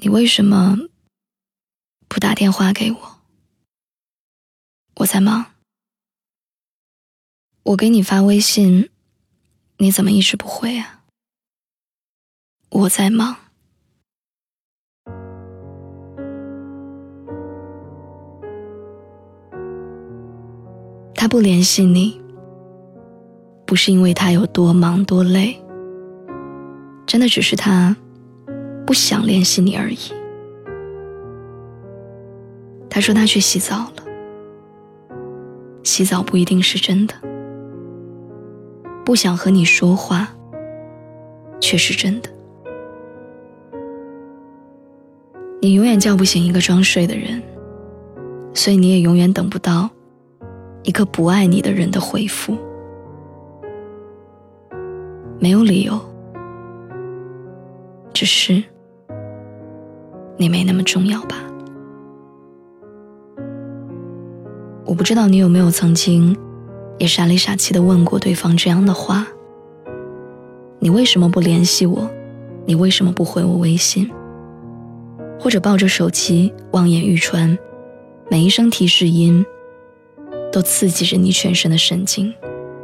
你为什么不打电话给我？我在忙。我给你发微信，你怎么一直不回啊？我在忙。他不联系你，不是因为他有多忙多累，真的只是他不想联系你而已。他说他去洗澡了，洗澡不一定是真的，不想和你说话却是真的。你永远叫不醒一个装睡的人，所以你也永远等不到一个不爱你的人的回复。没有理由，只是你没那么重要吧。我不知道你有没有曾经也傻里傻气地问过对方这样的话：你为什么不联系我？你为什么不回我微信？或者抱着手机望眼欲穿，每一声提示音都刺激着你全身的神经。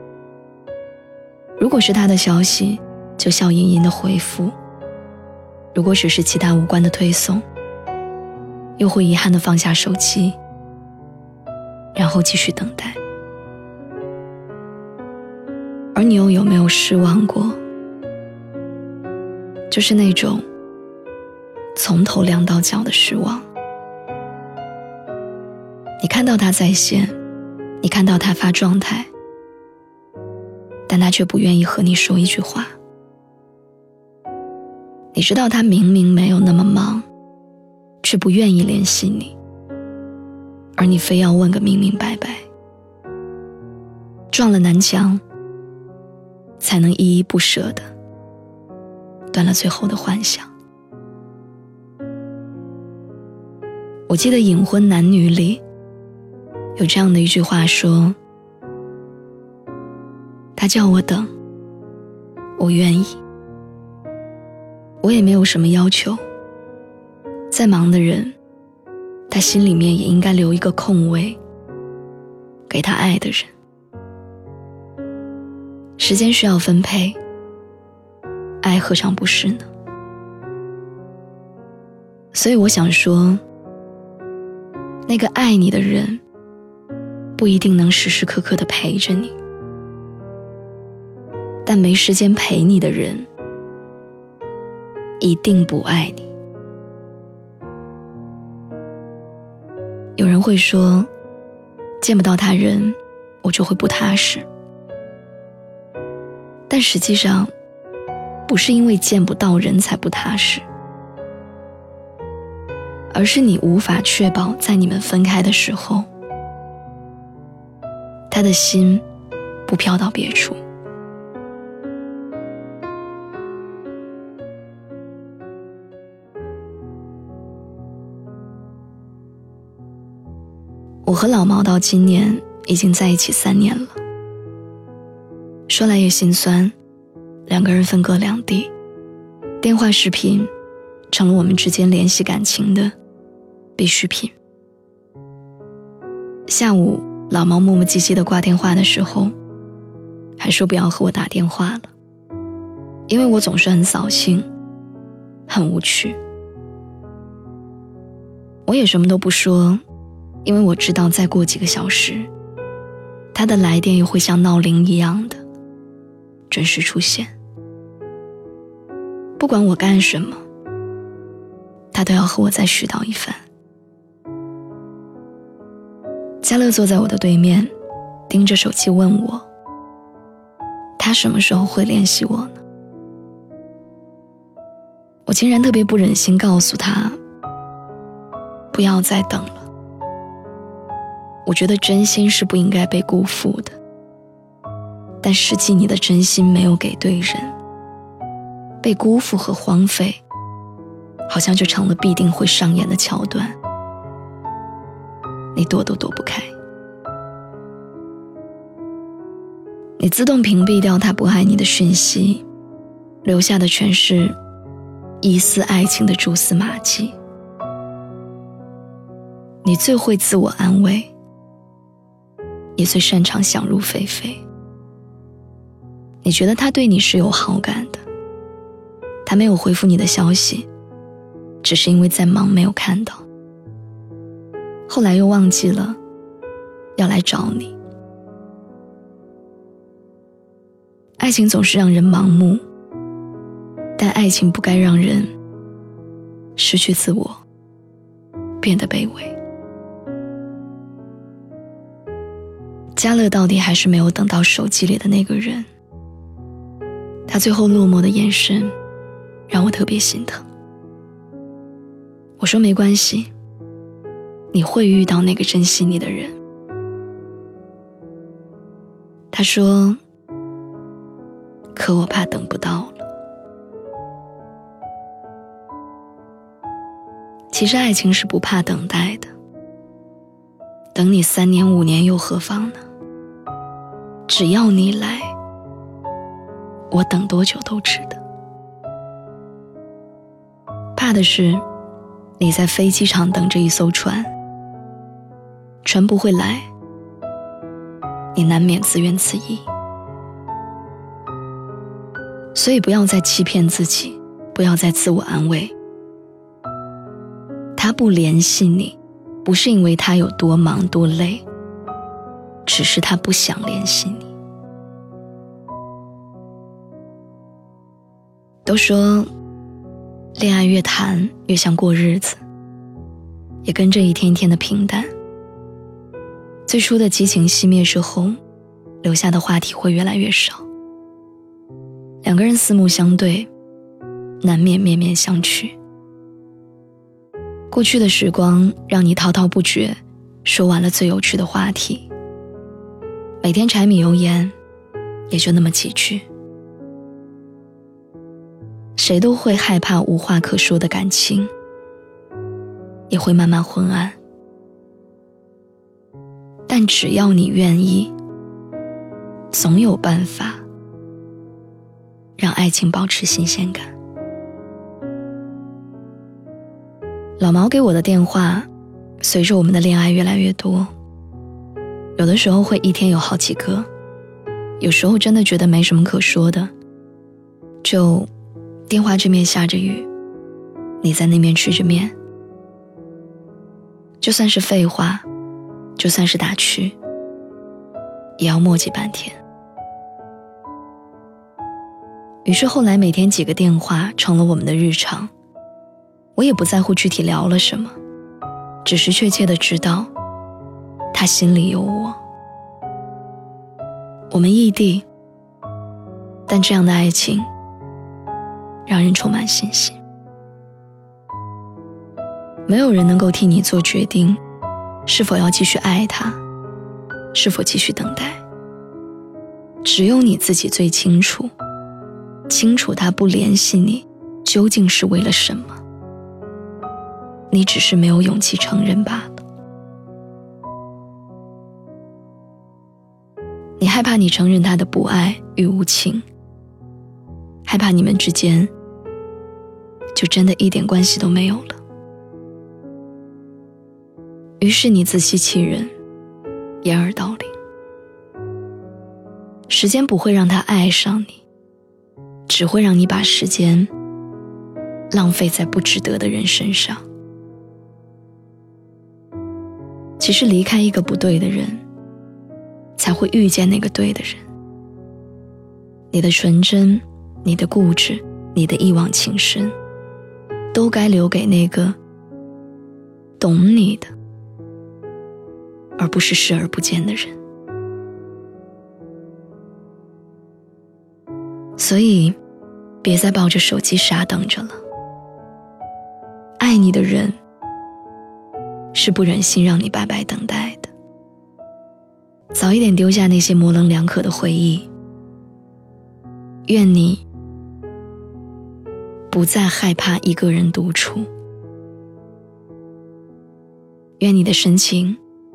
如果是他的消息，就笑吟吟的回复；如果只是其他无关的推送，又会遗憾地放下手机，然后继续等待。而你又有没有失望过？就是那种从头凉到脚的失望。你看到他在线，你看到他发状态，但他却不愿意和你说一句话。你知道他明明没有那么忙，却不愿意联系你，而你非要问个明明白白。撞了南墙，才能依依不舍的断了最后的幻想。我记得《隐婚男女》里有这样的一句话说：他叫我等，我愿意。我也没有什么要求，再忙的人，他心里面也应该留一个空位给他爱的人。时间需要分配，爱何尝不是呢？所以我想说，那个爱你的人不一定能时时刻刻地陪着你，但没时间陪你的人一定不爱你。有人会说，见不到他人我就会不踏实，但实际上不是因为见不到人才不踏实，而是你无法确保在你们分开的时候，他的心不飘到别处。我和老毛到今年已经在一起3年了，说来也心酸，两个人分隔两地，电话视频成了我们之间联系感情的必需品。下午老毛磨磨唧唧地挂电话的时候，还说不要和我打电话了，因为我总是很扫兴，很无趣。我也什么都不说，因为我知道再过几个小时，他的来电又会像闹铃一样的准时出现。不管我干什么，他都要和我再絮叨一番。嘉乐坐在我的对面，盯着手机问我，他什么时候会联系我呢？我竟然特别不忍心告诉他，不要再等了。我觉得真心是不应该被辜负的，但实际你的真心没有给对人，被辜负和荒废好像就成了必定会上演的桥段，你躲都躲不开。你自动屏蔽掉他不爱你的讯息，留下的全是疑似爱情的蛛丝马迹。你最会自我安慰，也最擅长想入非非。你觉得他对你是有好感的，他没有回复你的消息，只是因为在忙没有看到，后来又忘记了要来找你。爱情总是让人盲目，但爱情不该让人失去自我，变得卑微。嘉乐到底还是没有等到手机里的那个人，他最后落寞的眼神让我特别心疼。我说没关系，你会遇到那个珍惜你的人。他说，可我怕等不到了。其实爱情是不怕等待的，等你3年5年又何妨呢？只要你来，我等多久都值得。怕的是你在飞机场等着一艘船，船不会来，你难免自怨自艾。所以不要再欺骗自己，不要再自我安慰。他不联系你，不是因为他有多忙多累，只是他不想联系你。都说恋爱越谈越像过日子，也跟着一天一天的平淡。最初的激情熄灭之后，留下的话题会越来越少。两个人四目相对，难免面面相觑。过去的时光让你滔滔不绝，说完了最有趣的话题，每天柴米油盐也就那么几句。谁都会害怕无话可说的感情，也会慢慢昏暗。但只要你愿意，总有办法让爱情保持新鲜感。老毛给我的电话，随着我们的恋爱越来越多，有的时候会一天有好几个，有时候真的觉得没什么可说的，就电话这面下着雨，你在那边吃着面，就算是废话，就算是打趣，也要磨叽半天。于是后来每天几个电话成了我们的日常，我也不在乎具体聊了什么，只是确切地知道他心里有我。我们异地，但这样的爱情让人充满信心。没有人能够替你做决定，是否要继续爱他，是否继续等待。只有你自己最清楚，清楚他不联系你究竟是为了什么，你只是没有勇气承认罢了。你害怕你承认他的不爱与无情，害怕你们之间就真的一点关系都没有了。于是你自欺欺人，掩耳盗铃。时间不会让他爱上你，只会让你把时间浪费在不值得的人身上。其实离开一个不对的人，才会遇见那个对的人。你的纯真，你的固执，你的一往情深，都该留给那个懂你的，而不是视而不见的人。所以别再抱着手机傻等着了。爱你的人是不忍心让你白白等待的。早一点丢下那些模棱两可的回忆，愿你不再害怕一个人独处，愿你的深情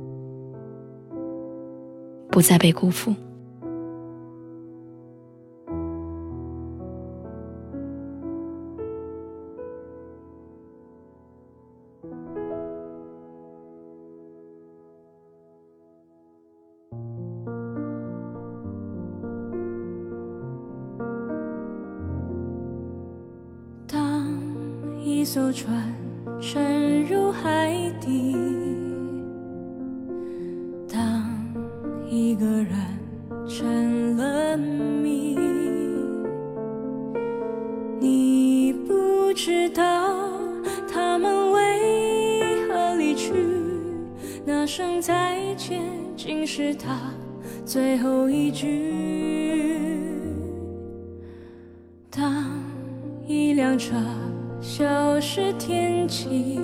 不再被辜负。 艘船沉入海底，当一个人成了谜，你不知道他们为何离去，那声再见竟是他最后一句。当一辆车消失天际，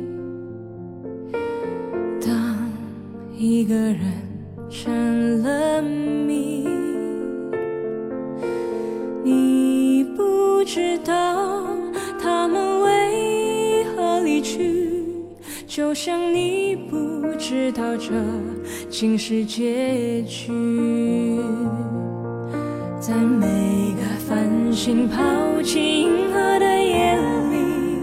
当一个人成了谜，你不知道他们为何离去，就像你不知道这竟是结局。在每个繁星抛弃银河的夜里，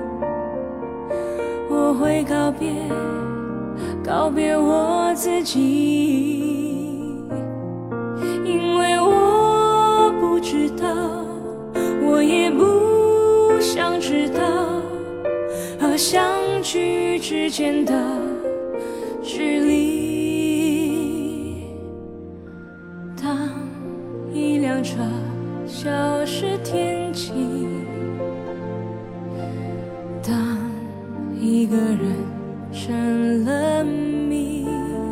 我会告别我自己，因为我不知道，我也不想知道和相聚之间的距离。当一辆车消失天际，当一个人成了谜，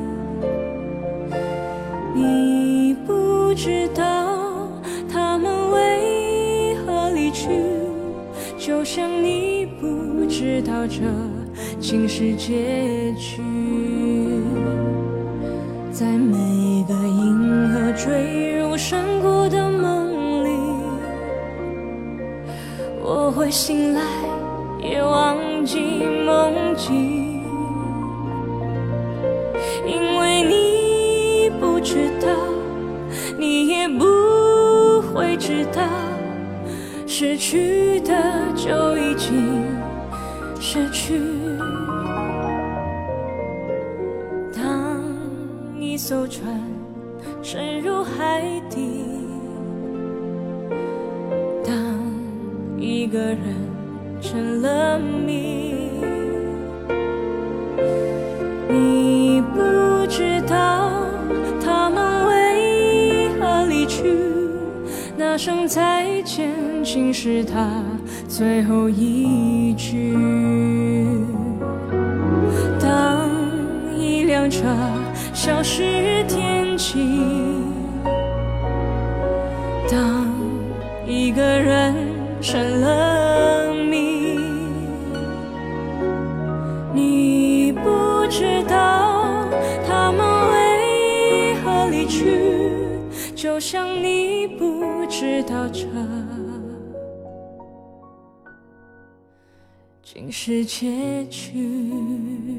你不知道他们为何离去，就像你不知道这竟是结局。在每个银河坠入山谷的梦里，我会醒来也忘记梦境，因为你不知道，你也不会知道，失去的就已经失去。当一艘船沉入海底，当一个人成了谜，你不知道他们为何离去，那声再见竟是他最后一句。当一辆车消失天际，当一个人成了谜，你不知道他们为何离去，就像你不知道这竟是结局。